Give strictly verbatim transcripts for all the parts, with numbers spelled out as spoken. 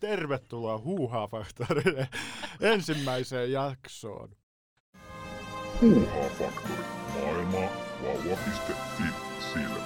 tervetuloa Huuhaa Faktorin ensimmäiseen jaksoon. Huuhaa Faktori, maailma vauva piste fi silmä.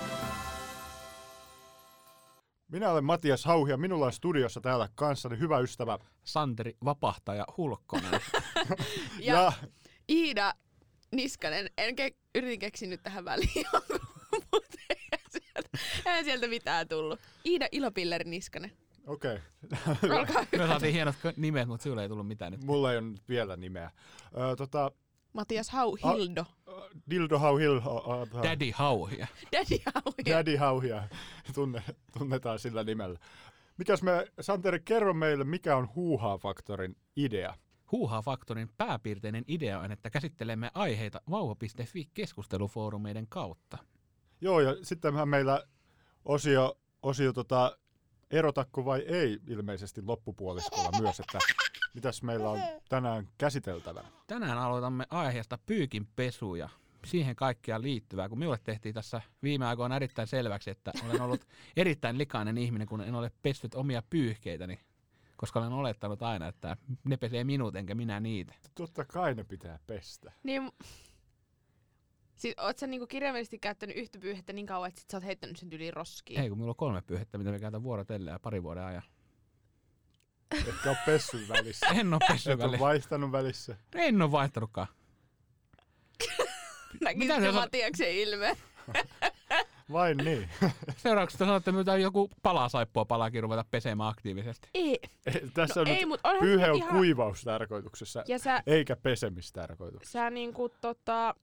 Minä olen Matias Hauhi ja minulla on studiossa täällä kanssani hyvä ystävä Santeri Vapahtaja Hulkkonen. ja, ja Iida Niskanen. En ke- yritin keksiä nyt tähän väliin, mutta eihän sieltä, eihän sieltä mitään tullut. Iida Ilopilleri Niskanen. Okei. Okay. Me saatiin hienot nimet, mutta sinulle ei tullut mitään nyt. Mulla ei ole nyt vielä nimeä. Ö, tota, Matias Hauhildo. A, Dildo Hauhildo. Daddy Hauhia. Daddy Hauhia. Daddy Hauhia. Tunne, tunnetaan sillä nimellä. Mikäs me, Santeri, kerro meille, mikä on Huuhaa Faktorin idea? Huuhaa Faktorin pääpiirteinen idea on, että käsittelemme aiheita vauva piste fi keskustelufoorumeiden kautta. Joo, ja sittenhän meillä osio, osio tota, erotakko vai ei ilmeisesti loppupuoliskolla myös, että mitäs meillä on tänään käsiteltävänä? Tänään aloitamme aiheesta pyykinpesu ja siihen kaikkea liittyvää, kun minulle tehtiin tässä viime aikoina erittäin selväksi, että olen ollut erittäin likainen ihminen, kun en ole pessyt omia pyyhkeitäni, koska olen olettanut aina, että ne pesee minut enkä minä niitä. Totta kai ne pitää pestä. Niin, siis oot sä niinku kirjaimellisesti käyttänyt yhtä pyyhettä niin kauan, että sit sä oot heittänyt sen yli roskiin? Ei, kun minulla on kolme pyyhettä, mitä me käytän vuorotellen ja pari vuoden ajan. Etkä ole pessyn välissä. En ole pessyn Et välissä. ole vaihtanut välissä. En ole vaihtanutkaan. Näkisitkö Matiaksen ilme? Vain niin. Seuraavaksi te sanotte, että joku palasaippua palaakin ruveta pesemään aktiivisesti. Ei. Tässä No on ei, nyt mut onhan pyyhe se on ihan- kuivaustarkoituksessa, Ja sä, eikä pesemistarkoituksessa. sä niinku tota...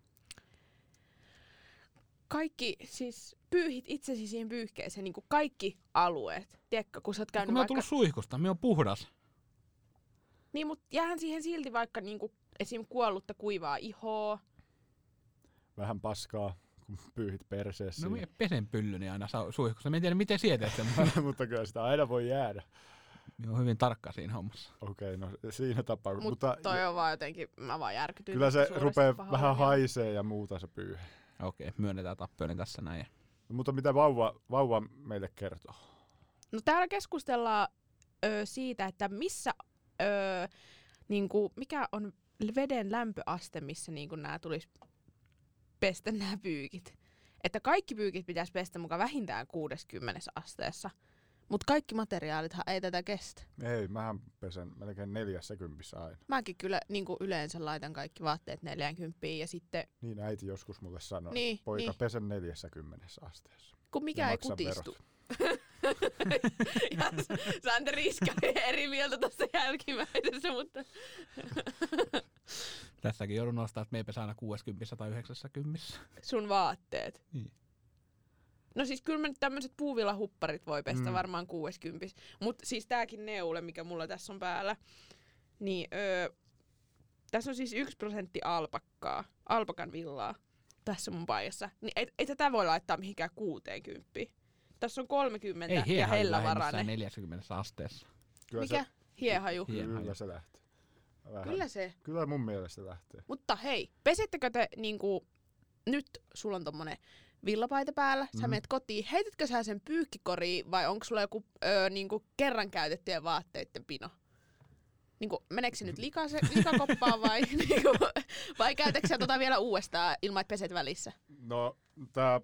Kaikki, siis pyyhit itsesi siihen pyyhkeeseen, niinku kaikki alueet. Tiedätkö, kun sä oot käynyt Kun me on vaikka... tullut suihkusta, me on puhdas. Niin, mut jäähän siihen silti vaikka niinku esim. Kuollutta kuivaa ihoa. Vähän paskaa, kun pyyhit perseessä. No minä pesen pyllyni aina sa- suihkussa. Mä en tiedä, miten sietät sen. Mutta kyllä sitä aina voi jäädä. Minä olen hyvin tarkka siinä hommassa. Okei, no siinä tapauksessa. Mut Mutta toi on vaan jotenkin, mä vaan järkytyin. kyllä se suuresti rupeaa pahoillani. vähän haisee ja muuta se pyyhe. Okei, myönnetään tappioni tässä näin. No, mutta mitä vauva, vauva meille kertoo? No täällä keskustellaan ö, siitä, että missä, ö, niinku, mikä on veden lämpöaste, missä niinku nämä tulisi pestä nämä pyykit. Että kaikki pyykit pitäisi pestä mukaan vähintään kuusikymmentä asteessa. Mutta kaikki materiaalithan ei tätä kestä. Ei, mähän pesen melkein neljässä kympissä aina. Mäkin kyllä niinku yleensä laitan kaikki vaatteet neljäänkymmeneen ja sitten, Niin äiti joskus mulle sanoi, Niin, poika niin. pesen neljässä kymmenessä asteessa. kun mikä Ja ei maksa kutistu. verot. Ja Santeri Iska oli eri mieltä tuossa jälkimmäisessä, mutta... Tässäkin joudun nostaa, että me ei pesä aina kuusikymmentä tai yhdeksänkymmentä. Sun vaatteet. Niin. No siis kyllä mä nyt tämmöiset puuvillahupparit voi pestä Mm. mm. varmaan kuusikymmentä. Mut siis tääkin neule, mikä mulla tässä on päällä, niin öö, tässä on siis yksi prosentti alpakkaa, alpakan villaa tässä mun paijassa. Niin ei, ei tätä voi laittaa mihinkään kuuteenkymppiin. Tässä on kolmekymmentä Ei ja hiehaju lähde hellävarainen. missään neljässäkymmenessä asteessa. Kyllä Mikä? Hiehaju. Se, Hiehaju. kyllä se lähtee. Vähän. Kyllä se. Kyllä mun mielestä lähtee. Mutta hei, pesittekö te niinku, nyt sulla on tommonen villapaita päällä, sä Mm. menet kotiin, heitätkö sä sen pyykkikoriin vai onko sulla joku öö, niinku kerran käytettyjen vaatteiden pino? Niinku, meneekö se nyt likase, likakoppaan vai, niinku, vai käytätkö sä tota vielä uudestaan ilman, että peset välissä? No, tää,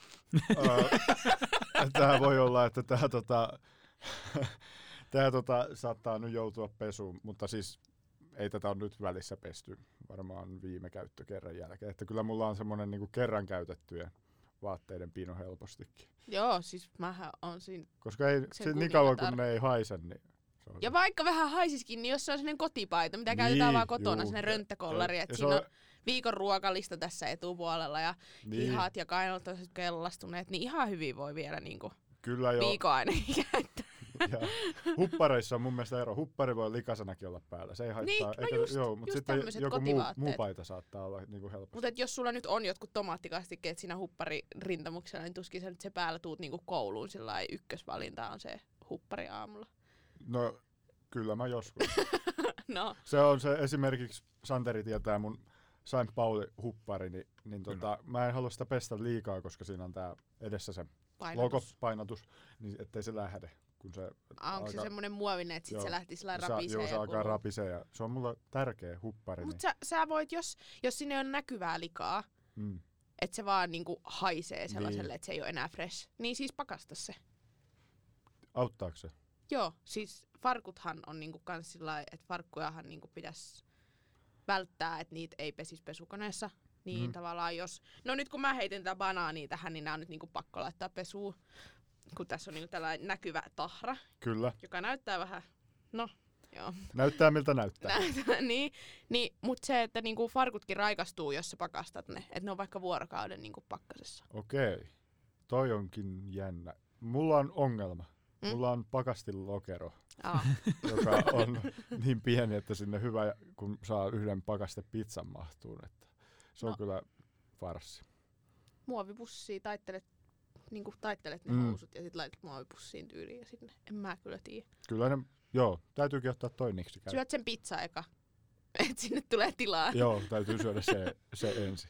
ää, tää voi olla, että tää, tota, tää tota, saattaa nyt joutua pesuun, mutta siis ei tätä ole nyt välissä pesty varmaan viime käyttökerran jälkeen. Että kyllä mulla on semmonen niinku kerran käytettyjen vaatteiden pino helpostikin. Joo, siis mähän on siinä. Koska ei, Sen se, niin kauan kun kuningatar. ne ei haise, niin se on Ja vaikka vähän haisiskin, niin jos se on sellainen kotipaita, mitä Niin, käytetään vaan kotona, juu. sellainen rönttäkollari, Ja- että ja se siinä on- on viikon ruokalista tässä etupuolella ja niin, hihat ja kainalot on kellastuneet, niin ihan hyvin voi vielä niinku kyllä jo. viikon ainakin käyttää. Ja huppareissa on mun mielestä ero. Huppari voi likasenakin olla päällä. Se ei haittaa. Niin, no just- joo, mutta just sitten tämmöiset joku muu, kotivaatteet. muu paita saattaa olla niinku helposti. Mutta jos sulla nyt on jotkut tomaattikastikkeet siinä hupparirintamuksella, niin tuskin sä nyt se päällä tuut niinku kouluun, sillä ei ykkösvalinta on se huppari aamulla. No, kyllä mä joskus. No, Se on se esimerkiksi, Santeri tietää mun Saint Pauli huppari, niin, niin tota, mä en halua sitä pestä liikaa, koska siinä on tää edessä se painotus. logopainotus, niin ettei se lähde. kun se Ah, onko se alkaa- semmonen muovinen, että sit Joo. se lähti sillä Sa- rapisee joo, se ja alkaa kuluu? rapisee ja se on mulla tärkeä huppari. Mut Niin. sä, sä voit, jos, jos sinne on näkyvää likaa, Mm. että se vaan niinku haisee sellaiselle, Niin. että se ei ole enää fresh, niin siis pakasta se. Auttaako se? Joo, siis farkuthan on niinku kans sillä että farkkujahan niinku pitäisi välttää, että niitä ei pesis pesukoneessa. Niin Mm. tavallaan jos... No nyt kun mä heitin tätä banaania tähän, niin nää on nyt niinku pakko laittaa pesuun. Kun tässä on niinku tällainen näkyvä tahra, Kyllä. joka näyttää vähän... No, joo. Näyttää miltä näyttää. Näytä, niin, niin, mutta se, että niinku farkutkin raikastuu, jos sä pakastat ne. Että ne on vaikka vuorokauden niinku pakkasessa. Okei. Toi onkin jännä. Mulla on ongelma. Mm? Mulla on pakastilokero, Aa. joka on niin pieni, että sinne hyvä, kun saa yhden pakastepizzan mahtuun. Että se on No. kyllä farssi. Muovipussiin taittelet, niinku taittelet ne Mm. housut ja sit laitat muovipussiin tyyliin ja sinne. En mä kyllä tiedä. Kyllä ne, joo, täytyykin ottaa toi niksi käy. Syöt sen pizza eka, että sinne tulee tilaa. Joo, täytyy syödä se, se ensin.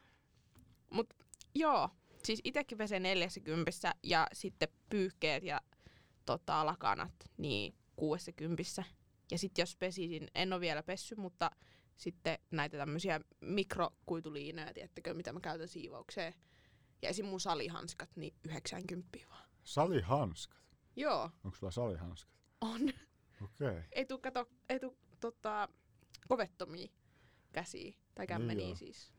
Mut joo, siis itekin pesen neljässäkympissä ja sitten pyyhkeet ja tota, lakanat niin kuudessakympissä. Ja sitten jos pesisin, en ole vielä pessy, mutta sitten näitä tämmöisiä mikrokuituliinoja, tiedättekö mitä mä käytän siivoukseen. Ja esim. Mun salihanskat, niin yhdeksänkymmentä vaan. Salihanskat. Joo, Onko sulla salihanskat? on. Okei. Okay. Ei tuu, kato, ei tuu tota, kovettomia käsiä, tai kämmeniä joo. siis.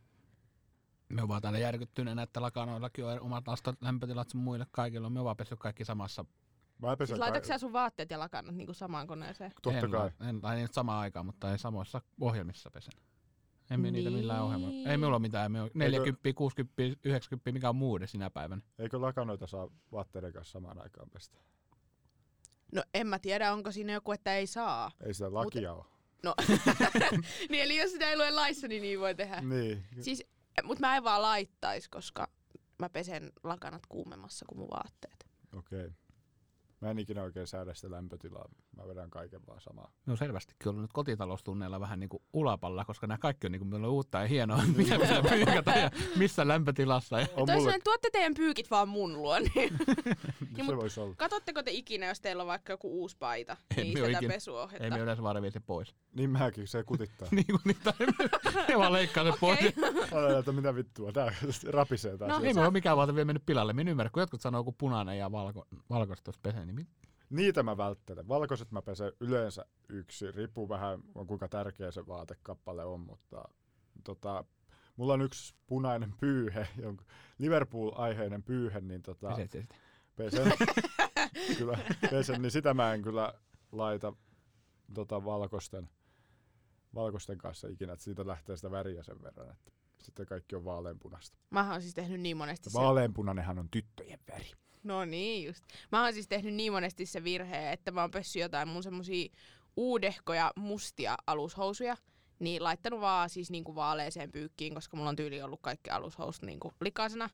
Me on vaan täällä järkyttyneenä, että lakanoillakin on omat astot, lämpötilat sun muille kaikilla. Me on vaan pessyt kaikki samassa. Mä pesen Siis kai- laitatko sä sun vaatteet ja lakanat niinku samaan koneeseen? Totta en, kai. En, tai nyt samaan aikaan, mutta ei samoissa ohjelmissa pesen. Emme niitä millään ohjelmalla. Niin. Ei minulla ole mitään. Me on neljäkymmentä, kuusikymmentä, yhdeksänkymmentä, mikä on muude sinä päivänä. Eikö lakanoita saa vaatteiden kanssa samaan aikaan pestä? No en mä tiedä, onko siinä joku, että ei saa. Ei sitä lakia ole. No, niin eli jos sitä ei lue laissa, niin niin voi tehdä. Niin. Siis, mut mä en vaan laittais, koska mä pesen lakanat kuumemmassa kuin mun vaatteet. Okei. Okay. Mä en ikinä oikein säädä sitä lämpötilaa. Mä vedän kaiken vaan samaa. No selvästikin ollut nyt kotitaloustunneilla vähän niinku ulapalla, koska nämä kaikki on niinku minulle uutta ja hienoa, mitä pitää pyykätä ja missä lämpötilassa. Ja On mulle... Toisaalta tuotte teidän pyykit vaan mun luo, niin se mut- voisi olla. katsotteko te ikinä, jos teillä on vaikka joku uusi paita, Ei niin me oo sitä ikinä. pesuohjetta? ei me yleensä vaan reviä se pois. Niin mäkin, se kutittaa. Niin kuin niitä ne vaan leikkaa se pois. Okei. Älä, että mitä vittua, tää rapisee taas. No. No. Ei me ole mikään vaate vielä mennyt pilalle. Minä ymmärrän, kun jotkut sanoo, kun punainen ja valko, valkoiset tuossa pesee, niin mit- Niitä mä välttelen. Valkoiset mä pesen yleensä yksi. Riippuu vähän, kuinka tärkeä se vaatekappale on, mutta tota, mulla on yksi punainen pyyhe, jonka Liverpool-aiheinen pyyhe, niin tota, peseet se sitä. pesen, kyllä, pesen, niin sitä mä en kyllä laita tota, valkoisten, valkoisten kanssa ikinä, että siitä lähtee sitä väriä sen verran, että sitten kaikki on vaaleanpunasta. Mä oon siis tehnyt niin monesti se... Vaaleanpunainenhan on tyttöjen väri. No niin just. Mä oon siis tehnyt niin monesti se virhe, että mä oon pessy jotain mun semmosia uudehkoja mustia alushousuja, niin laittanut vaan siis niinku vaaleeseen pyykkiin, koska mulla on tyyli ollut kaikki alushousut niinku likaisena.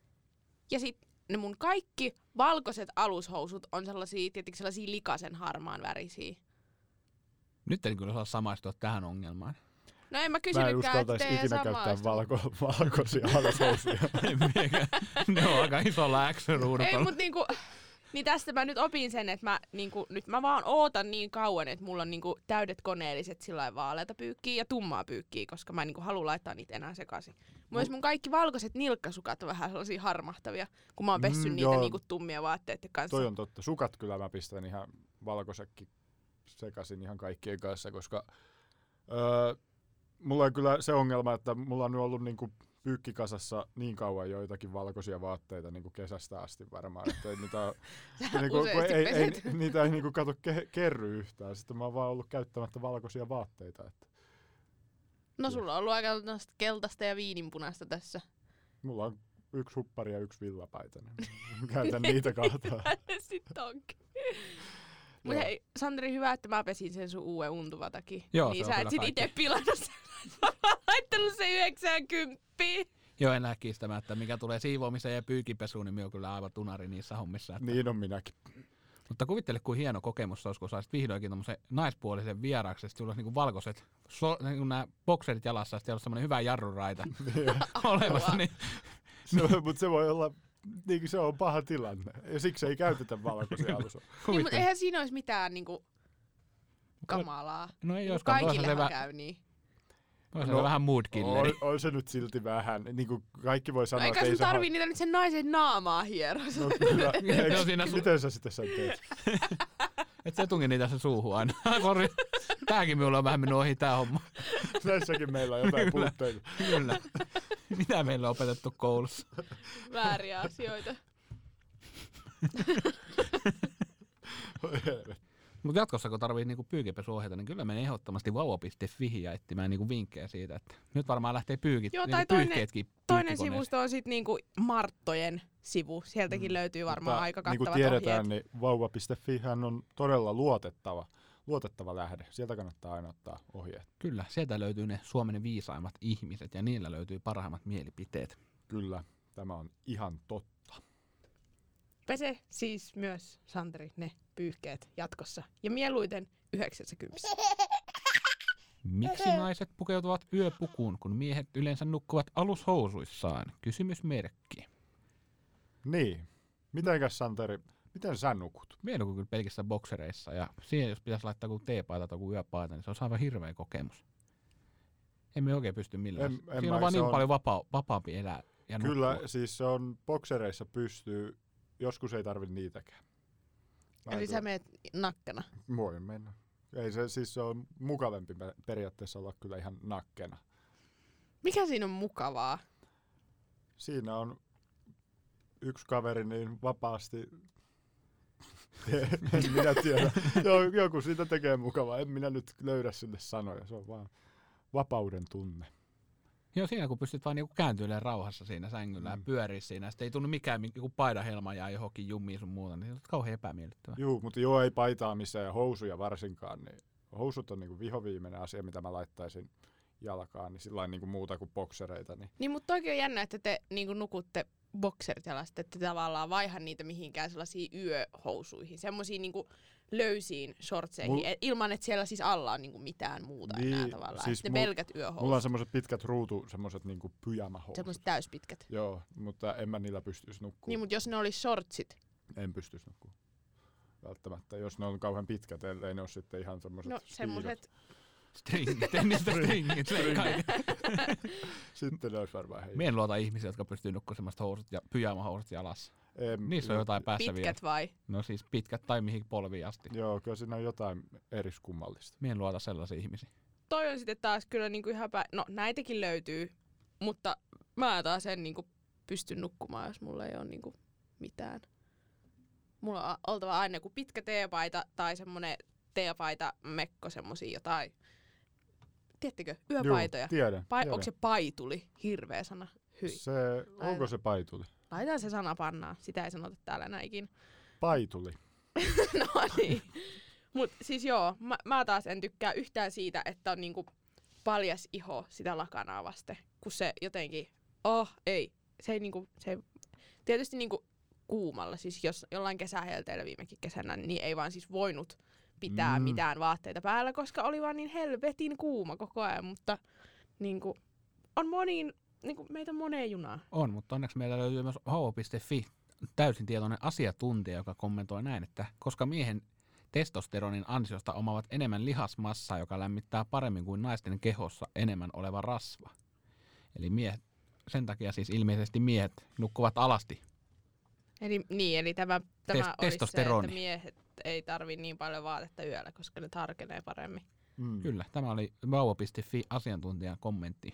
Ja sit ne mun kaikki valkoiset alushousut on sellaisia, tietenkin sellaisia likaisen harmaan värisiä. Nyt en kyllä saa samaistua tähän ongelmaan. No en mä Mä en kysynytkään, että uskaltaisi tee ikinä samaa. käyttää valko, valkoisia alushousuja. En miekään. Ne on aika isolla Ei, X-ruudukolla. mut niinku, niin tästä mä nyt opin sen, että mä, niinku, nyt mä vaan ootan niin kauan, että mulla on niinku täydet koneelliset sillä vaaleita pyykkiä ja tummaa pyykkiä, koska mä en niinku halua laittaa niitä enää sekaisin. Myös mun kaikki valkoiset nilkkasukat on vähän sellaisia harmahtavia, kun mä oon pessy Mm, niitä joo. niinku tummia vaatteiden kanssa. Toi on totta. Sukat kyllä mä pistän ihan valkoisekki sekaisin ihan kaikkien kanssa, koska öö, mulla on kyllä se ongelma, että mulla on nyt ollut niinku pyykkikasassa niin kauan joitakin valkoisia vaatteita niinku kesästä asti varmaan, että ei niitä, Sä niinku, kun useasti ei, ei, peset. niitä ei niinku kato ke, kerry yhtään. Sitten mä oon vaan ollut käyttämättä valkoisia vaatteita. Että No sulla on ollut aika tällaista keltaista ja viininpunaista tässä. mulla on yksi huppari ja yksi villapaita, niin käytän niitä kahtaa. Sitten onkin. Mut Joo. hei, Santeri, hyvä, että mä pesin sen sun uuden untuvatakin. Joo, niin se on sä et kyllä sit ite kaikki. pilannut sen. Mä oon laittanut sen yhdeksänkymmentä. Joo, en lähde kiistämään, että mikä tulee siivoamiseen ja pyykinpesuun, niin minä olen kyllä aivan tunari niissä hommissa. Että... Niin on minäkin. Mutta kuvittele, kuin hieno kokemus se olisi, kun saisit vihdoinkin tommosen naispuolisen vieraaksi, että sulla olisi niinku valkoiset, so, niinku nämä bokserit jalassa, ja sitten olisi semmoinen hyvä jarruraita olemassa. Niin, Se, mutta se voi olla niin se on paha tilanne. Ja siksi ei käytetä valkoisia alusia. Niin, mutta eihän siinä olisi mitään niinku kamalaa. No ei Niinku joskaan. kaikillehan Vä... käy niin. Toisaalta no, vähän mood killeri. On, on se nyt silti vähän. Niin kuin kaikki voi sanoa, no, että ei ei sun se... tarvii ha- niitä nyt sen naisen naamaa hieroa. No kyllä. No, siinä su- miten sä sitten sen teet? Et sä tungi niitä se suuhun aina. Sori. Tääkin minulla on vähän mennyt ohi tää homma. Näissäkin meillä on jotain Kyllä. puutteita. Kyllä. Mitä meillä on opetettu koulussa? Vääriä asioita. Mutta jatkossa, kun tarvii niinku pyykinpesuohjeita, niin kyllä menee ehdottomasti vauva piste fihin ja etsimään niinku vinkkejä siitä, että nyt varmaan lähtee pyykit, Joo, niinku tai toinen- pyyhkeetkin Toinen pyykkikoneeseen. sivusto on sitten niinku Marttojen sivu. Sieltäkin Mm. löytyy varmaan Mutta aika niin kuin kattavat tiedetään, ohjeet. niin vauva piste fihän on todella luotettava, luotettava lähde. Sieltä kannattaa aina ottaa ohjeet. Kyllä, sieltä löytyy ne Suomen viisaimmat ihmiset ja niillä löytyy parhaimmat mielipiteet. Kyllä, tämä on ihan totta. Pese siis myös, Santeri, ne pyyhkeet jatkossa. Ja mieluiten yhdeksänkymmentä. Miksi naiset pukeutuvat yöpukuun, kun miehet yleensä nukkuvat alushousuissaan? Kysymysmerkki. Niin. Mitenkäs Santeri, miten sä nukut? Mie nukun kyllä pelkissä boksereissa ja siihen jos pitäisi laittaa joku teepaita tai joku yöpaita, niin se on aivan hirveä kokemus. Emme oikein pysty millään. En- en Siinä mä- on vaan se niin on- paljon vapaa, vapaampi elää ja Kyllä, nukkua. siis se on boksereissa pystyy, joskus ei tarvi niitäkään. Mä Eli en sä kyllä- meet nakkana. Voi mennä. Ei se, siis se on mukavampi pe- periaatteessa olla kyllä ihan nakkena. Mikä siinä on mukavaa? Siinä on yksi kaveri niin vapaasti, en minä tiedä, jo, joku siitä tekee mukavaa, en minä nyt löydä sille sanoja, se on vaan vapauden tunne. Joo, siinä kun pystyt vaan niinku kääntyilemään rauhassa siinä sängyllä Mm. ja pyörii siinä, sitten ei tunnu mikään, joku paidahelma jää johonkin jummiin sun muuta, niin se on kauhean epämiellyttävää. Juu, mutta joo, ei paitaa missään ja housuja varsinkaan, niin housut on niinku vihoviimeinen asia, mitä mä laittaisin jalkaan, niin sillä niinku muuta kuin boksereita. Niin. Niin, mutta toikin on jännä, että te niinku nukutte bokserit jalasta, että te tavallaan vaiha niitä mihinkään sellaisiin yöhousuihin, semmoisiin niinku löysiin shortseihin, Mul- Mul- ilman että siellä siis alla on niinku mitään muuta niin, enää Niin, tavallaan. siis Siis ne mul- pelkät yöhousut, Mulla on semmoiset pitkät ruutu, semmoiset niinku pyjamahousut. semmoiset täyspitkät. Joo, mutta en mä niillä pystyisi nukkumaan. Niin, mutta jos ne olisi shortsit, En pystyisi nukkumaan. Välttämättä, jos ne on kauhean pitkät, ellei ne ole sitten ihan semmoiset no speedot. semmoiset, Stringit, tennistä stringit, leikkaa. Sitten ne olisi varmaan hei. Mie en luota ihmisiä, jotka pystyy nukkumaan semmoista housut ja pyjamahousut jalassa. En, Niissä on jotain päässä vielä. pitkät vai? No siis pitkät tai mihin polviin asti. Joo, kyllä siinä on jotain eriskummallista. Mie en luota sellaisia ihmisiä. Toi on sitten taas kyllä niinku ihan pä... No näitäkin löytyy, mutta mä taas en niinku pysty nukkumaan, jos mulla ei ole niinku mitään. Mulla on oltava aina joku pitkä teepaita tai semmonen teepaita, mekko, semmosia jotain. Tiedättekö? Yöpaitoja. Juu, tiedän, Pa- tiedän. onko se paituli? Hirveä sana. Hyi. Se, onko se paituli? Laitetaan se sana pannaan. Sitä ei sanota täällä näikin. Paituli. No niin. Mut siis joo, mä, mä taas en tykkää yhtään siitä, että on niinku paljas iho sitä lakanaa vasten. Kun se jotenkin, oh ei, se ei niinku, se ei, tietysti niinku kuumalla, siis jos jollain kesähelteellä viimekin kesänä, niin ei vaan siis voinut pitää Mm. mm. mitään vaatteita päällä, koska oli vaan niin helvetin kuuma koko ajan, mutta niinku on moniin, niinku meitä on moneen junaan. On, mutta onneksi meillä löytyy myös h o piste fi täysin tietoinen asiantuntija, joka kommentoi näin, että koska miehen testosteronin ansiosta omavat enemmän lihasmassaa, joka lämmittää paremmin kuin naisten kehossa enemmän oleva rasva. Eli miehet, sen takia siis ilmeisesti miehet nukkuvat alasti. Eli, niin, eli tämä, tämä Tes- olisi testosteroni. se, että miehet ei tarvi niin paljon vaatetta yöllä, koska ne tarkenee paremmin. Mm. Kyllä, tämä oli vauva piste fi asiantuntijan kommentti.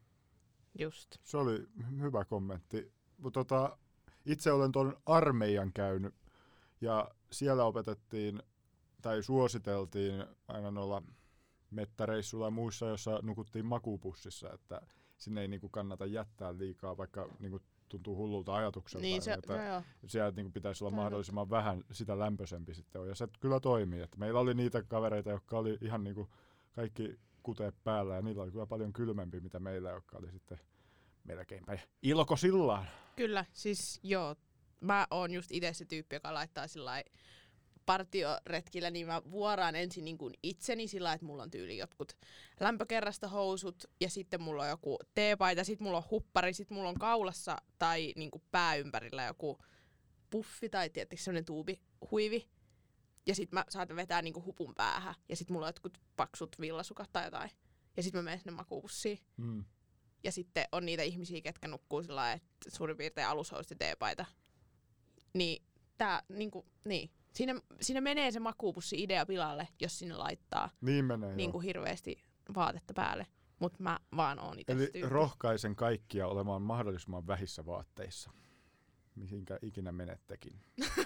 Just. Se oli hyvä kommentti. Mut Tota, itse olen tuon armeijan käynyt ja siellä opetettiin tai suositeltiin aina noilla mettäreissuilla ja muissa, jossa nukuttiin makuupussissa, että sinne ei niinku kannata jättää liikaa, vaikka niinku tuntuu hullulta ajatukselta. Niin se, että no joo. siellä niinku pitäisi olla Tämä on mahdollisimman vähän, sitä lämpöisempi sitten on. Ja se kyllä toimii. Että meillä oli niitä kavereita, jotka oli ihan niinku kaikki kuteet päällä ja niillä oli kyllä paljon kylmempi, mitä meillä, jotka oli sitten melkeinpä ilkosillaan. Kyllä, siis joo. Mä oon just itse se tyyppi, joka laittaa sillai partioretkillä, niin mä vuoraan ensin niin kuin itseni sillä, että mulla on tyyli jotkut lämpökerrastohousut ja sitten mulla on joku teepaita, sitten mulla on huppari, sitten mulla on kaulassa tai niin kuin pääympärillä joku puffi tai tietysti semmonen tuubihuivi. Ja sit mä saatan vetää niinku hupun päähän. Ja sit mulla on jotkut paksut villasukat tai jotain. Ja sit mä menen sinne makuupussiin. Mm. Ja sitten on niitä ihmisiä, ketkä nukkuu sillä lailla, että suurin piirtein alushousut ja teepaita. Niin, tää niinku, niin. Siinä, siinä menee se makuupussi-idea pilalle, jos sinne laittaa Niin menee, niinku hirveästi vaatetta päälle. Mut mä vaan oon itse Eli tyyppi. rohkaisen kaikkia olemaan mahdollisimman vähissä vaatteissa. Mihinkä ikinä menettekin.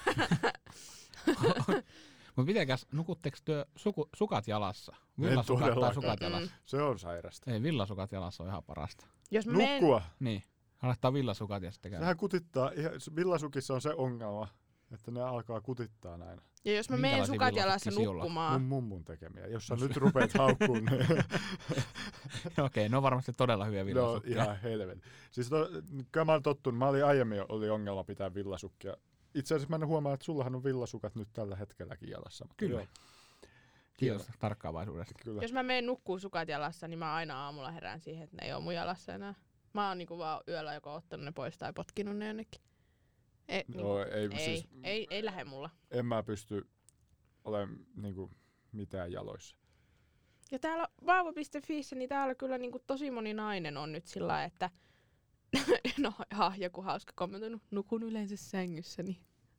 Mut mitenkäs, nukutteko työ suku, sukat jalassa? En Villasukat tai todellakaan. sukat jalassa? Se on sairasta. Ei, villasukat jalassa on ihan parasta. Jos mä menen, Nukkua! Niin, laittaa villasukat ja sitten käy. Sehän kutittaa, ihan- villasukissa on se ongelma, että ne alkaa kutittaa näin. ja jos mä menen Minkälaisia sukat villasukkia jalassa sinulla on? nukkumaan, Mun mummun tekemiä. Jos sä nyt rupeat haukkuun, niin Okei, okay, ne on varmasti todella hyviä ne on villasukkia. ihan helvetin. Siis to, kyllä mä oon tottunut, mä olin aiemmin oli ongelma pitää villasukkia. Itse asiassa mä en huomaa, että sullahan on villasukat nyt tällä hetkelläkin jalassa. Mutta Kyllä. joo, Kiitos tarkkaavaisuudesta. kyllä. jos mä menen nukkuu sukat jalassa, niin mä aina aamulla herään siihen, että ne ei oo mun jalassa enää. Mä oon niinku vaan yöllä joko ottanut ne pois tai potkinut ne jonnekin. Ei, niinku, Joo, ei, ei, siis, ei, ei lähde mulla. en mä pysty olemaan niinku, mitään jaloissa. Ja täällä vauva piste fiissä, niin täällä kyllä niinku tosi moni nainen on nyt sillä lailla, että no ha, joku hauska kommentoinut, nukun yleensä sängyssäni.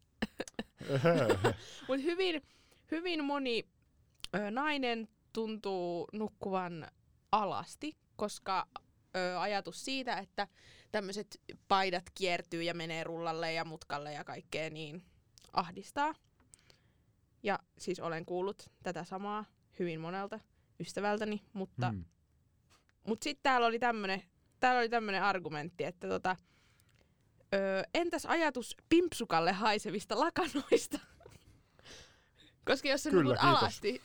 Mut hyvin, hyvin moni ö, nainen tuntuu nukkuvan alasti, koska ö, ajatus siitä, että tämmöiset paidat kiertyy ja menee rullalle ja mutkalle ja kaikkea, niin ahdistaa. Ja siis olen kuullut tätä samaa hyvin monelta ystävältäni, mutta Hmm. Mut sit täällä oli tämmönen, täällä oli tämmönen argumentti, että tota, öö, entäs ajatus pimpsukalle haisevista lakanoista? Koska jos sä Kyllä, nukut kiitos. alasti,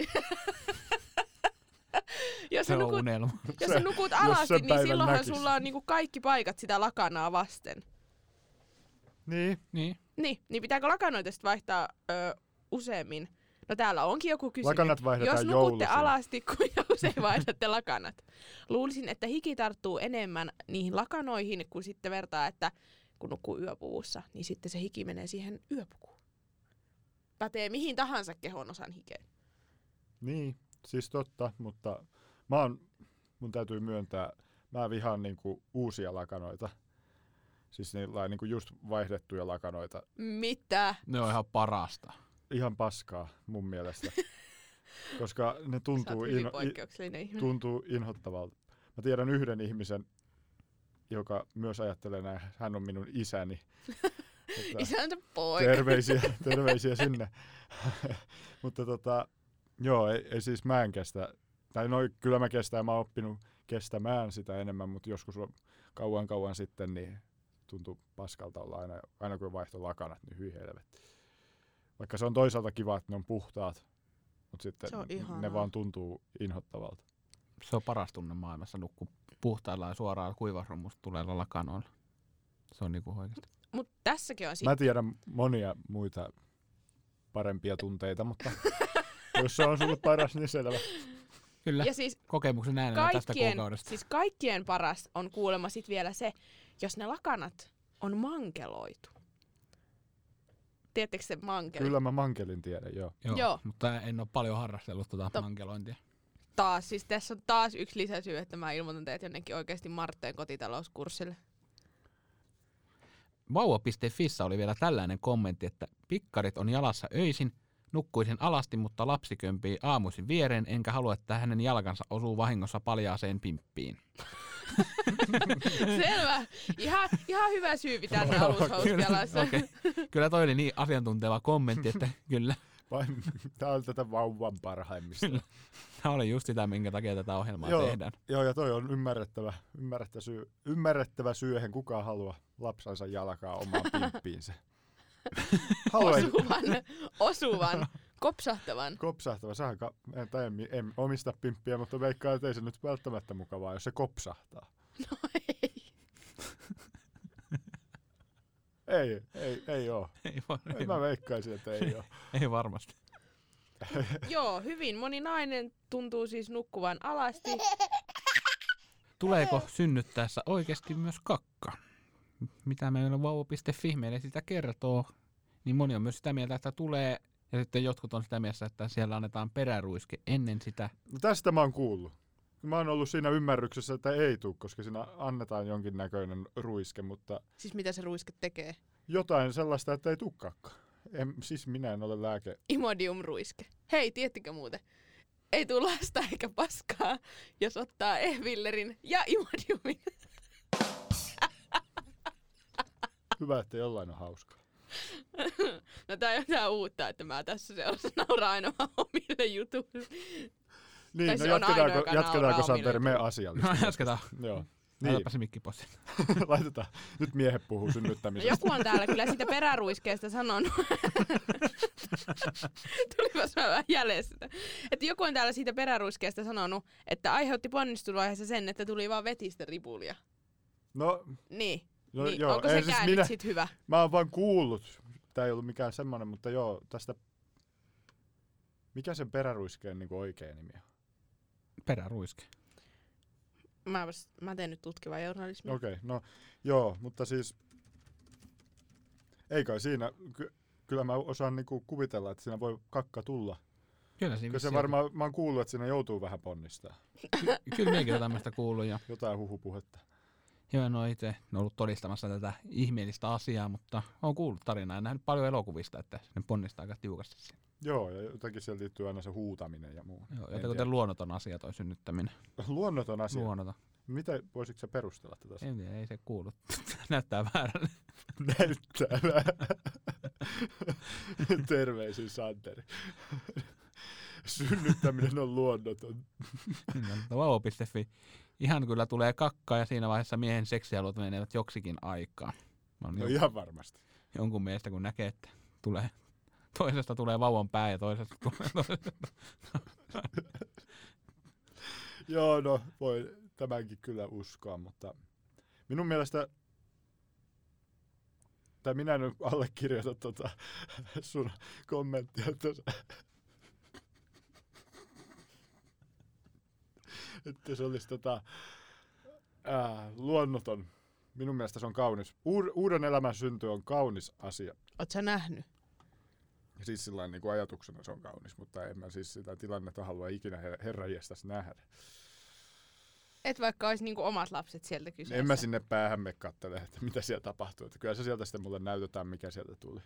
jos, Se sä on nukut, unelma. jos Se- sä nukut jos alasti, sen niin päivän silloinhan näkis. sulla on niinku kaikki paikat sitä lakanaa vasten. Niin, Niin. Niin, niin pitääkö lakanoita sit vaihtaa öö, useammin? No täällä onkin joku kysynyt. lakanat vaihdetaan Jos nukutte jouluisin. alasti, kuinka usein vaihdatte lakanat? Luulisin, että hiki tarttuu enemmän niihin lakanoihin, kun sitten vertaa, että kun nukkuu yöpuvussa, niin sitten se hiki menee siihen yöpukuun. Pätee mihin tahansa kehon osan hikeen. Niin, siis totta, mutta mä oon, mun täytyy myöntää, mä vihaan niinku uusia lakanoita. Siis niillä niinku just vaihdettuja lakanoita. Mitä? Ne on ihan parasta. Ihan paskaa mun mielestä. Koska ne Sä oot tuntuu, hyvin ino, i, poikkeuksellinen ihminen. tuntuu inhottavalta. Mä tiedän yhden ihmisen, joka myös ajattelee näin, hän on minun isäni. Että Isänsä poika. terveisiä, terveisiä sinne. Mutta tota, joo, ei, ei siis mä en kestä, tai no kyllä mä kestän, mä oon oppinut kestämään sitä enemmän, mutta joskus on kauan kauan sitten, niin tuntuu paskalta olla aina, aina kun vaihto lakanat, niin hyi helvetti. Vaikka se on toisaalta kiva, että ne on puhtaat, mutta sitten Se on ne ihanaa. vaan tuntuu inhottavalta. Se on paras tunne maailmassa, nukkuu puhtailla ja suoraan kuivausrummusta tuleilla lakanoilla. Se on niinku oikeesti. Mut tässäkin on sit... Mä tiedän monia muita parempia tunteita, mutta jos se on sulle paras, niin selvä. Kyllä, Ja siis kokemuksen äänellä tästä kaikkien, kuukaudesta. siis kaikkien paras on kuulemma sit vielä se, jos ne lakanat on mankeloitu. Tiedättekö se mankeli? Kyllä mä mankelin tiedän, joo. Joo, Joo. mutta en ole paljon harrastellut tuota To- mankelointia. Taas, siis tässä on taas yksi lisäsyy, että mä ilmoitan teet jonnekin oikeasti Martteen kotitalouskurssille. Vauva piste fissä oli vielä tällainen kommentti, että pikkarit on jalassa öisin, nukkuisin alasti, mutta lapsi kömpii aamuisin viereen, enkä halua, että hänen jalkansa osuu vahingossa paljaaseen pimppiin. Selvä. Ihan, ihan hyvä syy pitää ne alushousut jalassa. Okei. Kyllä toi oli niin asiantunteva kommentti, että kyllä. Vai, tää on tätä vauvan parhaimmista. Tämä oli just sitä, minkä takia tätä ohjelmaa Joo. tehdään. Joo, ja toi on ymmärrettävä, ymmärrettävä, syy, ymmärrettävä syy, eihän kukaan halua lapsansa jalkaa omaan pimppiinsä. Haluan Osuvan, osuvan, kopsahtavan. kopsahtava. Sähän ka- en, tai en, en omista pimppiä, mutta veikkaan, että ei se nyt välttämättä mukavaa, jos se kopsahtaa. No ei. Ei, ei, ei oo. Ei, var- Ei, ei, mä veikkaisin, että ei oo. ei varmasti. Joo, hyvin moni nainen tuntuu siis nukkuvan alasti. Tuleeko synnyttäessä oikeasti myös kakka? Mitä meillä vauva piste fi meille sitä kertoo, niin moni on myös sitä mieltä, että tulee, ja sitten jotkut on sitä mieltä, että siellä annetaan peräruiske ennen sitä. No tästä mä oon kuullut. Mä oon ollut siinä ymmärryksessä, että ei tule, koska siinä annetaan jonkinnäköinen ruiske, mutta Siis mitä se ruiske tekee? jotain sellaista, että ei tule kakka. En, siis minä en ole lääke. Imodium-ruiske. Hei, tiettikö muuten? Ei tule lasta eikä paskaa, jos ottaa E-Villerin ja Imodiumin. Hyvä, että jollain on hauskaa. No tää on jotain uutta, että mä tässä seurassa nauraan aina vaan omille jutuille. Niin, Tai no se on ainoa, jatketaanko, joka jatketaanko nauraa Santeri, omille me No asiallisesti. jatketaan. Joo. Niin. Niin, Laitapa se mikki pois. laitetaan. Nyt miehet puhuu No synnyttämisestä. joku on täällä kyllä siitä peräruiskeesta sanonut. Tulipas mä vähän jäljessä. Että joku on täällä siitä peräruiskeesta sanonut, että aiheutti ponnistusvaiheessa sen, että tuli vaan vetistä ripulia. No, Niin. no niin. joo, Onko ei sekään siis nyt minä, sit hyvä? mä oon vaan kuullut. Tää ei ollut mikään semmonen, mutta joo, tästä... Mikä sen peräruiskeen niin oikea nimi on? Peräruiske. Mä, vas, mä teen nyt tutkivaa journalismia. Okei, okay, no joo, mutta siis... Ei kai siinä... Ky- kyllä mä osaan niinku kuvitella, että siinä voi kakka tulla. Kyllä siinä Kyllä se vissiin- varmaan, mä oon kuullut, että siinä joutuu vähän ponnistaa. Ky- Kyllä minäkin olen tämmöistä kuullut. Ja Jotain huhupuhetta. joo, en ole itse ollut todistamassa tätä ihmeellistä asiaa, mutta olen kuullut tarinaa ja nähnyt paljon elokuvista, että ne ponnistaa aika tiukasti siinä. Joo, ja jotakin siellä liittyy aina se huutaminen ja muu. Joo, En joten kuten tiedä. luonnoton asia toi synnyttäminen. Luonnoton asia. Luonnoton. Mitä voisitko sä perustella tätä? En tiedä, ei se kuulu. Näyttää väärälle. Näyttää. Terveisin Santeri. Synnyttäminen on luonnoton. vauva piste fi. Ihan kyllä tulee kakkaa ja siinä vaiheessa miehen seksialueet menevät joksikin aikaa. Mä No jon- ihan varmasti. jonkun mielestä kun näkee, että tulee, toisesta tulee vauvan pää ja toisesta tulee toisesta. Joo, no voi tämänkin kyllä uskoa, mutta minun mielestä, tai minä en allekirjoita tota sun kommenttia tuossa, että se olisi tota, ää, luonnoton. Minun mielestä se on kaunis. Uud- uuden elämän synty on kaunis asia. Oot sä nähnyt? Siis sillä niin kuin ajatuksena se on kaunis, mutta en mä siis sitä tilannetta halua ikinä her- herranjestas nähdä. Et vaikka olisi niinku omat lapset sieltä kyseessä. En mä sinne päähän me kattele, että mitä siellä tapahtuu. Että kyllä se sieltä sitten mulle näytetään, mikä sieltä tuli.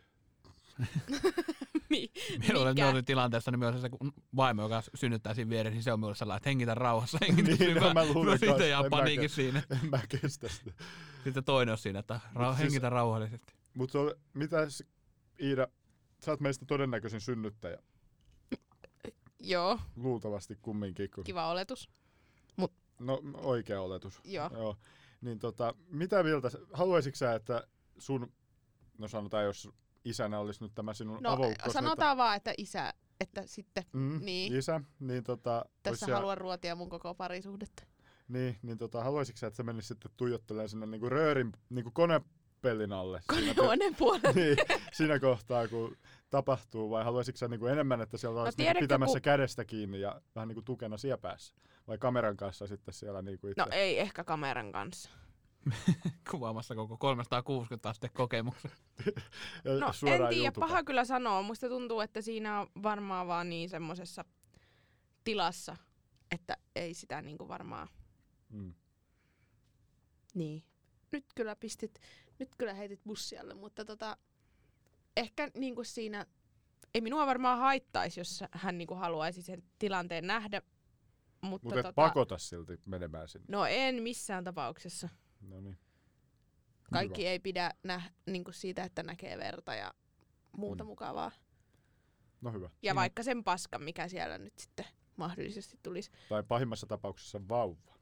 Mi- Minulle mikä? ne oli tilanteessa, niin myös se kun vaimo, joka synnyttää siinä vieressä, niin se on minulle sellainen, että hengitä rauhassa, hengitä Niin, syvään. no mä luulen No sitten kanssa, ihan en paniikin mäkään. siinä. En mä kestä sitä. Sitten toinen on siinä, että rau- Mut siis- hengitä rauhallisesti. Mutta mitäs Iida, sä oot meistä todennäköisin synnyttäjä. Joo, Luultavasti kumminkin. Kun... kiva oletus. No oikea oletus. Joo. Joo. Niin tota, mitä mieltä, sä- haluaisitko sä, että sun, no sanotaan jos isänä olisi nyt tämä sinun No avoukkos. sanotaan vaan, että isä, että sitten mm, niin. Isä, niin tota, ois tässä siellä- haluan ruotia mun koko parisuhdetta. Niin, niin tota, haluaisitko sä, että se menisi sitten tuijottelemaan sinne niinku röörin, niinku konepellin alle? Siinä, Konehuoneen puolella. niin, siinä kohtaa, kun tapahtuu, vai haluaisitko sä niinku enemmän, että siellä olisi niinku tiedätkö, pitämässä kun- kädestä kiinni ja vähän niinku tukena siepäässä? Vai kameran kanssa sitten siellä niinku itse? No ei ehkä kameran kanssa. Kuvaamassa koko kolmesataakuusikymmentä aste kokemuksen. Ja No en suoraan tiedä, YouTubeen. paha kyllä sanoa. Musta tuntuu, että siinä on varmaan vaan niin semmosessa tilassa, että ei sitä niinku varmaan. Mm. Niin. Nyt kyllä pistit, nyt kyllä heitit bussialle, mutta tota, ehkä niinku siinä, ei minua varmaan haittaisi, jos hän niinku haluaisi sen tilanteen nähdä. Mutta Mutta et tota, pakota silti menemään sinne. no en missään tapauksessa. No niin. Kaikki ei pidä nähdä niinku siitä, että näkee verta ja muuta On. mukavaa. No hyvä. Ja Siinä- vaikka sen paskan, mikä siellä nyt sitten mahdollisesti tulisi. Tai pahimmassa tapauksessa vauva.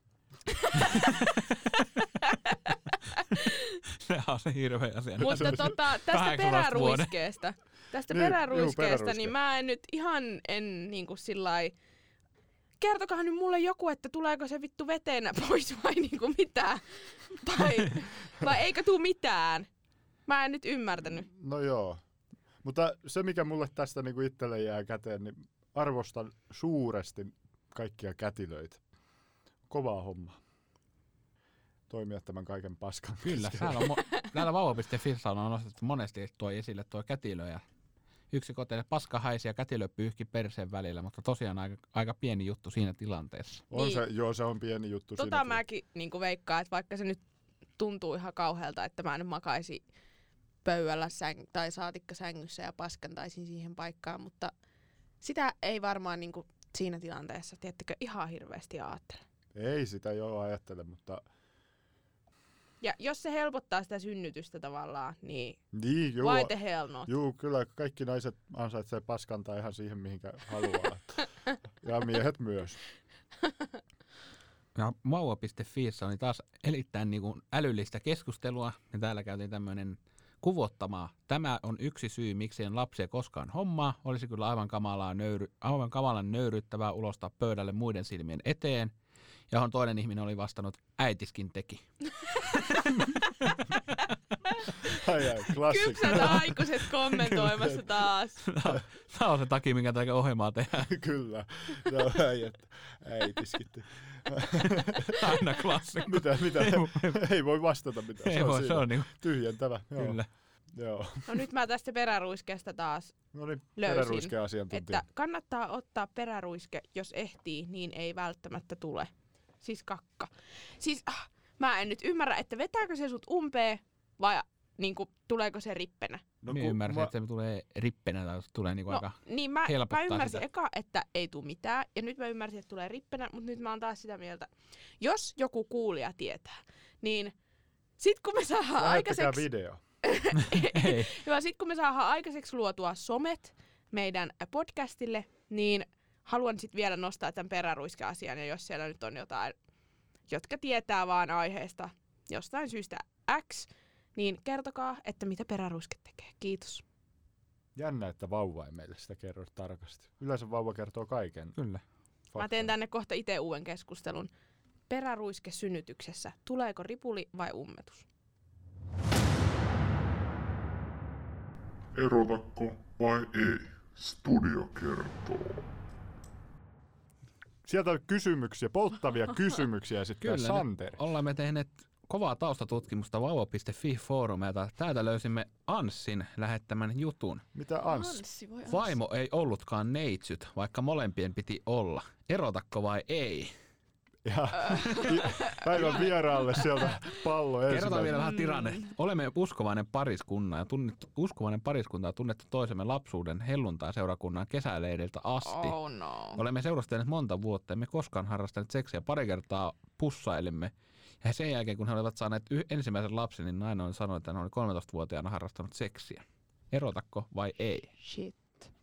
Se on se hirveä asia. Mutta tota, tästä kahdeksantoista vuoden. peräruiskeesta, tästä Niin, juu, peräruiskeesta, peräruiske. niin mä en nyt ihan en niinku sillai. Kertokahan nyt mulle joku, että tuleeko se vittu veteen pois vai niinku mitään. Vai, vai eikö tuu mitään. Mä en nyt ymmärtänyt. No joo. Mutta se, mikä mulle tästä niinku itselle jää käteen, niin arvostan suuresti kaikkia kätilöitä. Kovaa hommaa. Toimia tämän kaiken paskan. Kyllä, täällä, on mo- täällä vauva piste fissä on nostettu monesti tuo esille tuo kätilö ja yksi koteille paska haisi ja kätilö pyyhki perseen välillä, mutta tosiaan aika, aika pieni juttu siinä tilanteessa. On Niin. se, joo, se on pieni juttu. Tota siinä. mäkin niinku veikkaan, että vaikka se nyt tuntuu ihan kauhealta, että mä nyt makaisin pöydällä säng- tai saatikka sängyssä ja paskantaisin siihen paikkaan, mutta sitä ei varmaan niinku siinä tilanteessa, tiedättekö, ihan hirveästi ajattele. Ei sitä joo ajattele, mutta Ja jos se helpottaa sitä synnytystä tavallaan, niin niin, joo, why the hell not? joo, kyllä kaikki naiset ansaitsee paskantaa ihan siihen, mihinkä haluaa. Ja miehet myös. Ja vauva piste fiissä oli taas erittäin niin kuin älyllistä keskustelua, ja täällä käytiin tämmöinen kuvottamaa. Tämä on yksi syy, miksi en lapsia koskaan hommaa. Olisi kyllä aivan, kamalaa nöyry, aivan kamalan nöyryttävää ulostaa pöydälle muiden silmien eteen. Ja johon toinen ihminen oli vastannut, äitiskin teki. Ai ai, klassikko. Kypsät aikuiset kommentoimassa taas. Tämä on se takia, minkä takia ohjelmaa tehdään. Kyllä. No, äijät, äitiskitty. Aina klassikko. Mitä, mitä? Ei, Ei voi vastata mitään. ei se on, voi, siinä. se on niin Tyhjentävä. Joo. kyllä. Joo. No nyt mä tästä peräruiskeesta taas No niin, löysin, peräruiske-asiantuntija. että kannattaa ottaa peräruiske, jos ehtii, niin ei välttämättä tule. Siis kakka. Siis ah, mä en nyt ymmärrä, että vetääkö se sut umpeen vai niinku, tuleeko se rippenä. No, Minä kun ymmärsin, mä- että se tulee rippenä tai se tulee niinku No aika... niin mä, mä helpottaa ymmärsin sitä. eka, että ei tule mitään, ja nyt mä ymmärsin, että tulee rippenä, mutta nyt mä oon taas sitä mieltä, jos joku kuulija tietää, niin sit kun me saadaan Lähettäkää aikaiseksi... video. Ei. Hyvä, sit kun me saadaan aikaiseksi luotua somet meidän podcastille, niin haluan sit vielä nostaa tämän peräruiske-asian, ja jos siellä nyt on jotain, jotka tietää vaan aiheesta jostain syystä X, niin kertokaa, että mitä peräruiske tekee. Kiitos. Jännä, että vauva ei meille sitä kerro tarkasti. Yleensä vauva kertoo kaiken. Kyllä. Mä teen tänne kohta itse uuden keskustelun. Peräruiske synnytyksessä. Tuleeko ripuli vai ummetus? Erotatko vai ei? Studio kertoo. Sieltä on kysymyksiä, polttavia kysymyksiä sitten Kyllä, Santeri. Ollaan me tehneet kovaa taustatutkimusta vauva piste fi-foorumeilta. Täältä löysimme Anssin lähettämän jutun. Mitä Ans? Anssi, voi Vaimo ei ollutkaan neitsyt, vaikka molempien piti olla. Erotakko vai ei? Ja päivän vieraalle sieltä pallo Kerrotaan ensimmäisenä. vielä vähän tilanne. Olemme uskovainen pariskunta ja tunnettu, uskovainen pariskunta ja tunnettu toisemme lapsuuden helluntai-seurakunnan kesäleiriltä asti. Oh no. Olemme seurustelleet monta vuotta, emme koskaan harrastaneet seksiä, pari kertaa pussailimme. Ja sen jälkeen, kun he olivat saaneet y- ensimmäisen lapsen, niin nainen oli sanonut, että hän oli kolmetoistavuotiaana harrastanut seksiä. Erotakko vai ei? Shit.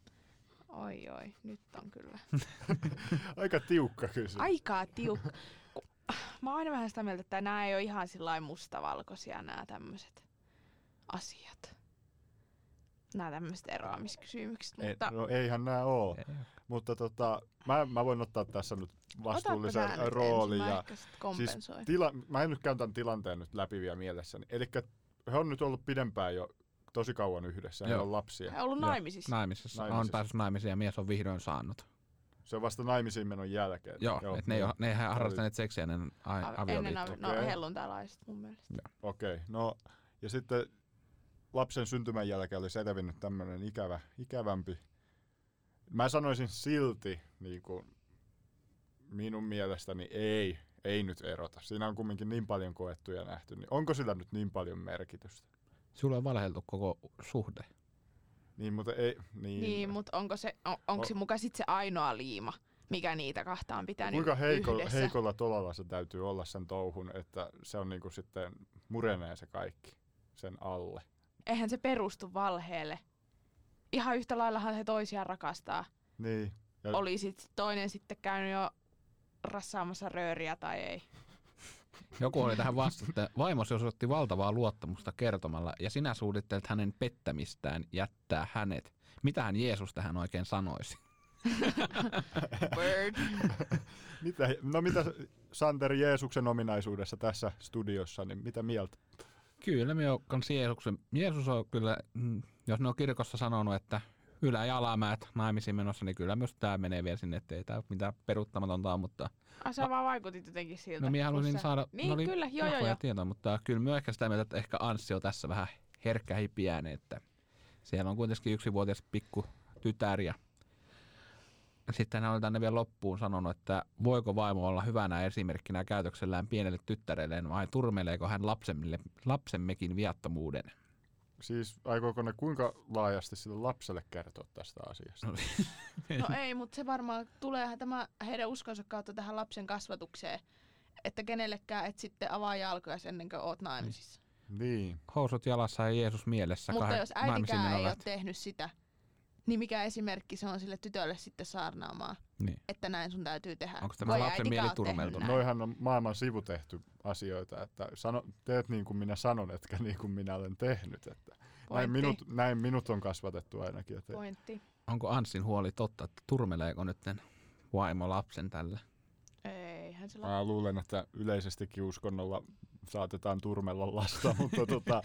Oi oi, nyt on kyllä. Aika tiukka kysymys. Aikaa tiukka. Ku- Mä oon aina vähän sitä mieltä, että nämä ei ole ihan sillä mustavalkoisia nämä tämmöiset asiat. Nämä tämmöiset eroamiskysymykset. Ei, Mutta no eihän nämä oo. Mutta tota, mä, mä voin ottaa tässä nyt vastuullisen otappa sä nyt roolin. ensin, mä Ja ehkä sit kompensoin. tila, mä en nyt käyn tämän tilanteen nyt läpi vielä mielessäni. Elikkä he on nyt ollut pidempään jo tosi kauan yhdessä. Heillä Joo. on lapsia. He on ollut Joo. naimisissa. Naimisissa. On Naimisissa. päässyt naimisiin ja mies on vihdoin saanut. Se on vasta naimisiin menon jälkeen. Joo, Joo että ne ei, ole- ne ei harrastaneet seksiä ennen a- A- Ennen avioliittoa. avi- no Okei. helluntailaiset mun mielestä. Okei, okay. No ja sitten lapsen syntymän jälkeen oli selvinnyt tämmöinen ikävä, ikävämpi. Mä sanoisin silti, niin kuin minun mielestäni ei, ei nyt erota. Siinä on kumminkin niin paljon koettu ja nähty. Niin onko sillä nyt niin paljon merkitystä? Sulla on valheeltu koko suhde. Niin, mutta ei. Niin, Niin, mutta onko se, on, onko se O- muka sit se ainoa liima, mikä niitä kahta on pitänyt Kuinka heiko, yhdessä? heikolla tolalla se täytyy olla sen touhun, että se on niinku sitten murenee se kaikki sen alle. Eihän se perustu valheelle. Ihan yhtä laillahan he toisiaan rakastaa. Niin. Ja Oli sit toinen sitten käynyt jo rassaamassa rööriä tai ei. Joku oli tähän vastannut, että vaimosi osoitti valtavaa luottamusta kertomalla ja sinä suunnittelet hänen pettämistään jättää hänet. Mitähän Jeesus tähän oikein sanoisi? Word. mitä, no mitä Santeri Jeesuksen ominaisuudessa tässä studiossa, niin mitä mieltä? Kyllä, me on kans Jeesuksen. Jeesus on kyllä, mm, jos ne on kirkossa sanonut, että ylä- ja alamäät naimisiin menossa, niin kyllä myös tää menee vielä sinne, ettei tää mitään peruuttamatonta on, mutta Ah, sä vaan vaikutit jotenkin siltä. no minä kun halusin sä- saada, Niin, ne oli kyllä, joo, joo, vahvoja joo. tietoa, mutta kyllä myös ehkä sitä mieltä, että ehkä Anssi on tässä vähän herkkähipiäinen, että siellä on kuitenkin yksivuotias pikku tytär ja sitten hän oli tänne vielä loppuun sanonut, että voiko vaimo olla hyvänä esimerkkinä käytöksellään pienelle tyttärelleen vai turmeleeko hän lapsemme, lapsemmekin viattomuuden? Siis aikooko ne kuinka laajasti sille lapselle kertoa tästä asiasta? No, No ei, mutta se varmaan tulee tämä heidän uskonsa kautta tähän lapsen kasvatukseen, että kenellekään et sitten avaa jalkoja ennen kuin oot naimisissa. Niin. Housut jalassa ja Jeesus mielessä. Mutta kahden jos naimisiin äitikään ei menolla. ole tehnyt sitä, niin mikä esimerkki se on sille tytölle sitten saarnaamaan, Niin. että näin sun täytyy tehdä. Onko tämä Voi lapsen äitikään mieli ole tehnyt turmeltunut? näin. Noihan on maailman sivutehty asioita, että sano, teet niin kuin minä sanon, etkä niin kuin minä olen tehnyt. Että näin, Pointti. minut, näin minut on kasvatettu ainakin. Että Pointti. Onko Anssin huoli totta, että turmeleeko nyt vaimo lapsen tällä? Eihän se mä luulen, että yleisestikin uskonnolla saatetaan turmella lasta, mutta tota,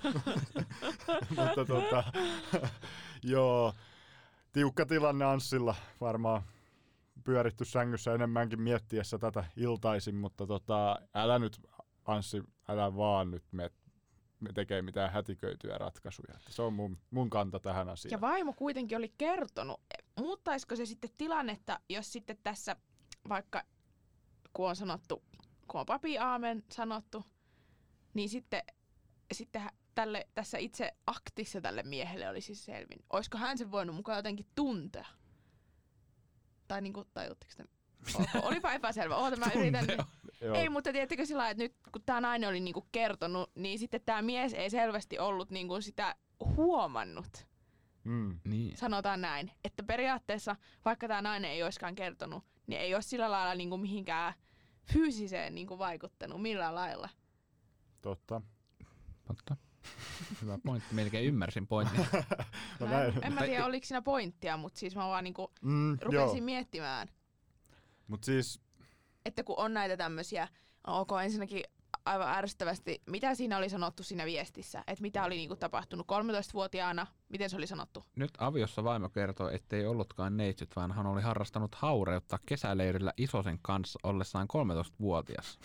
mutta tota, joo, tiukka tilanne Anssilla varmaan pyöritty sängyssä enemmänkin miettiessä tätä iltaisin, mutta tota, älä nyt Anssi, älä vaan nyt me, me tekee mitään hätiköityjä ratkaisuja. Että se on mun, mun kanta tähän asiaan. Ja vaimo kuitenkin oli kertonut. Muuttaisiko se sitten tilannetta, jos sitten tässä vaikka, kun on sanottu, kun on papi aamen sanottu, niin sitten, sitten hä- tälle, tässä itse aktissa tälle miehelle olisi selvin. Olisiko hän sen voinut mukaan jotenkin tuntea? Tai niinku, tajutteko te? Ok, olipa epäselvä. Oota, mä yritän nyt. Joo. Ei, mutta tiedättekö sillä lailla, että nyt kun tämä nainen oli niinku kertonut, niin sitten tämä mies ei selvästi ollut niinku sitä huomannut. Mm. Niin. Sanotaan näin, että periaatteessa vaikka tämä nainen ei olisikaan kertonut, niin ei ole sillä lailla niinku mihinkään fyysiseen niinku vaikuttanut millään lailla. Totta. Totta. Hyvä pointti. Melkein ymmärsin pointin. No Mä näin. en, en mä tiedä oliko siinä pointtia, mutta siis mä vaan niinku Mm, rupesin joo. miettimään, Mut siis että kun on näitä tämmöisiä, ok ensinnäkin aivan ärsyttävästi, mitä siinä oli sanottu siinä viestissä, että mitä oli niinku tapahtunut kolmetoistavuotiaana, miten se oli sanottu? Nyt aviossa vaimo kertoo, ettei ollutkaan neitsyt, vaan hän oli harrastanut haureutta kesäleirillä isosen kanssa ollessaan kolmetoistavuotias.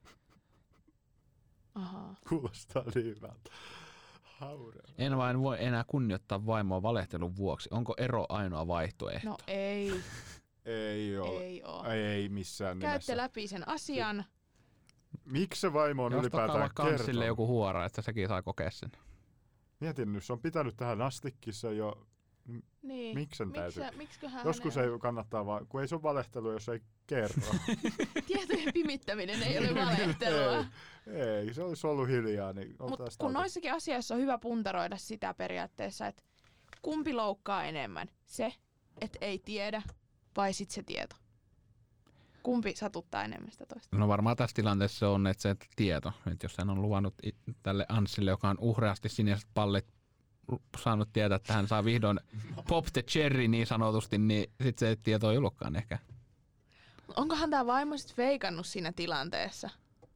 Ahaa. kuulostaa niin hyvältä. Haurea. En vain voi enää kunnioittaa vaimoa valehtelun vuoksi. Onko ero ainoa vaihtoehto? No ei, Ei ole. ei oo. Ei missään Käytte nimessä. läpi sen asian. Miksi se vaimo on Jos tokaa ylipäätään vaikka Anssille kertonut? joku huora, että sekin saa kokea sen. Mietin nyt, se on pitänyt tähän astikin se jo. Niin. Miksi sen Miksi, täytyy? miksiköhän Joskus hänen- ei kannattaa vaan, kun ei se ole valehtelu, jos ei kerro. Tietojen pimittäminen ei ole valehtelua. ei, ei, se olisi ollut hiljaa. Niin Mutta oltaisiin kun tältä- noissakin asioissa on hyvä puntaroida sitä periaatteessa, että kumpi loukkaa enemmän? Se, että ei tiedä, vai sit se tieto? Kumpi satuttaa enemmän sitä toista? No varmaan tässä tilanteessa se on, että se tieto. Että jos hän on luvannut i- tälle Anssille, joka on uhreasti siniset pallit saanut tietää, että hän saa vihdoin pop the cherry niin sanotusti, niin sitten se tieto ei ollutkaan ehkä. Onkohan tämä vaimo sit feikannut siinä tilanteessa?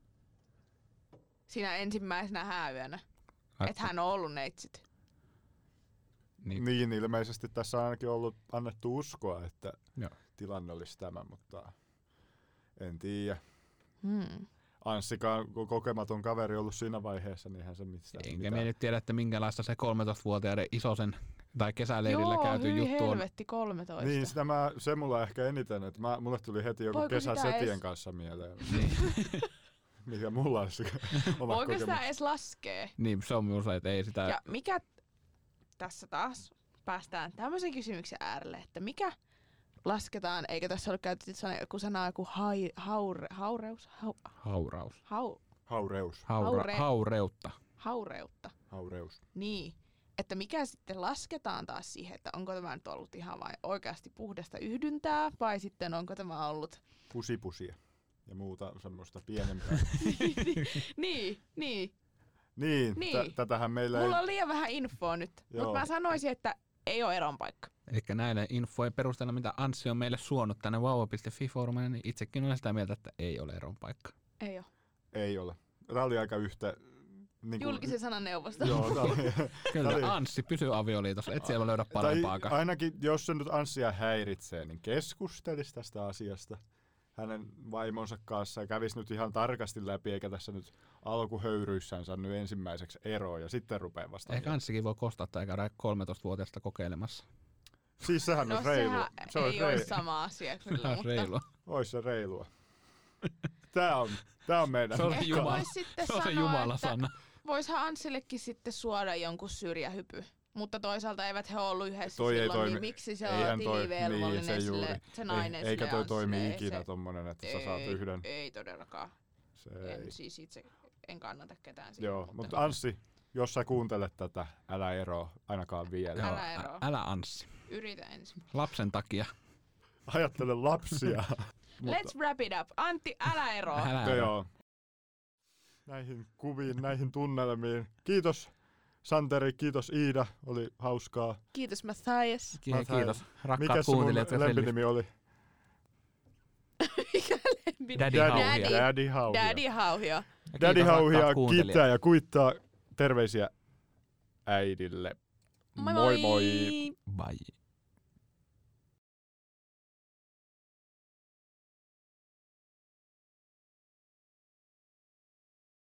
Siinä ensimmäisenä hääyönä. Että hän on ollut neitsyt. Niin, Niin, ilmeisesti tässä on ainakin ollut annettu uskoa, että Joo. tilanne olisi tämä, mutta en tiedä. Hmm. Anssikaan ko- kokematon kaveri ollut siinä vaiheessa, niin hän se mistään. enkä me nyt tiedä, että minkälaista se kolmetoistavuotiaiden isosen tai kesäleirillä Joo, käyty hyi juttu on. helvetti kolmetoista. Niin, sitä mä, se mulla ehkä eniten, että mä, mulle tuli heti joku Voiko kesä sitä setien edes- kanssa mieleen. Mikä mulla olisi oma Voiko sitä kokemus. edes laskea? Niin, se on minusta, että ei sitä... Ja mikä tässä taas päästään tämmöisen kysymyksen äärelle, että mikä lasketaan, eikö tässä ole käytetty sana, joku sana joku hai, haure, haureus, hau, Hauraus. hau, Haureus. Haura, Haure- haureutta. haureutta. Haureus. Niin, että mikä sitten lasketaan taas siihen, että onko tämä nyt ollut ihan vain oikeasti puhdasta yhdyntää, vai sitten onko tämä ollut... Pusipusia ja muuta semmoista pienempää. niin, niin. niin, Niin. T- tätähän meillä Mulla ei... on liian vähän infoa nyt, Joo. mutta mä sanoisin, että ei ole eron paikka. Eli näille infojen perusteella, mitä Anssi on meille suonut tänne vauva piste fi-foorumille, niin itsekin olen sitä mieltä, että ei ole eron paikka. Ei ole. Ei ole. Tämä oli aika yhtä, Niin Julkisen sanan neuvosto. Joo, tää oli, Kyllä, tää oli- Anssi, pysy avioliitossa. Et siellä löydä tai parempaakaan. ainakin, jos se nyt Anssia häiritsee, niin keskustelisi tästä asiasta hänen vaimonsa kanssa ja kävisi nyt ihan tarkasti läpi, eikä tässä nyt alkuhöyryissään saa nyt ensimmäiseksi eroa ja sitten rupeaa vasta. Ehkä Anssikin voi kostaa tai käydä kolmetoistavuotiaasta kokeilemassa. Siis sehän No on reilu. sehän Se olisi ei ole reilu. sama asia kyllä, Kyllä, mutta reilua. Ois se reilua. Tää on, tää on meidän. Se on ehkä Jumala. vois sitten Se on se sanoa, Jumala että sana. voishan Anssillekin sitten suoda jonkun syrjähypy. Mutta toisaalta eivät he ollut yhdessä Toi ei silloin, toimi. niin miksi se Eihän on toi- tilivelvollinen niin, se sille, juuri. se nainen Eikä sille toi Anssille, toimi ei ikinä se- tommonen, että sä ei, saat yhden. Ei todellakaan. Se En, ei. siis itse en kannata ketään siihen. Joo, mutta Anssi, jos sä kuuntelet tätä, älä eroa ainakaan vielä. Joo, Älä ä- eroa. älä Anssi. Yritä ensin. Lapsen takia. Ajattele lapsia. Mutta- Let's wrap it up. Antti, älä eroa. Älä No eroa. joo. Näihin kuviin, näihin tunnelmiin. Kiitos Santeri, kiitos Iida, oli hauskaa. Kiitos Matthias. Ki- Matthäus. Kiitos. Rakkaat Mikä se mun kuuntelijat. ja lempinimi oli? Mikä lempi? Daddy Daddy, Hauhia. Daddy Hauhia. Daddy Hauhio. Ja Daddy kiitos, Hauhia rakkaat kuuntelijat. kiittää ja kuittaa. Terveisiä äidille. Moi moi. moi. moi. Bye.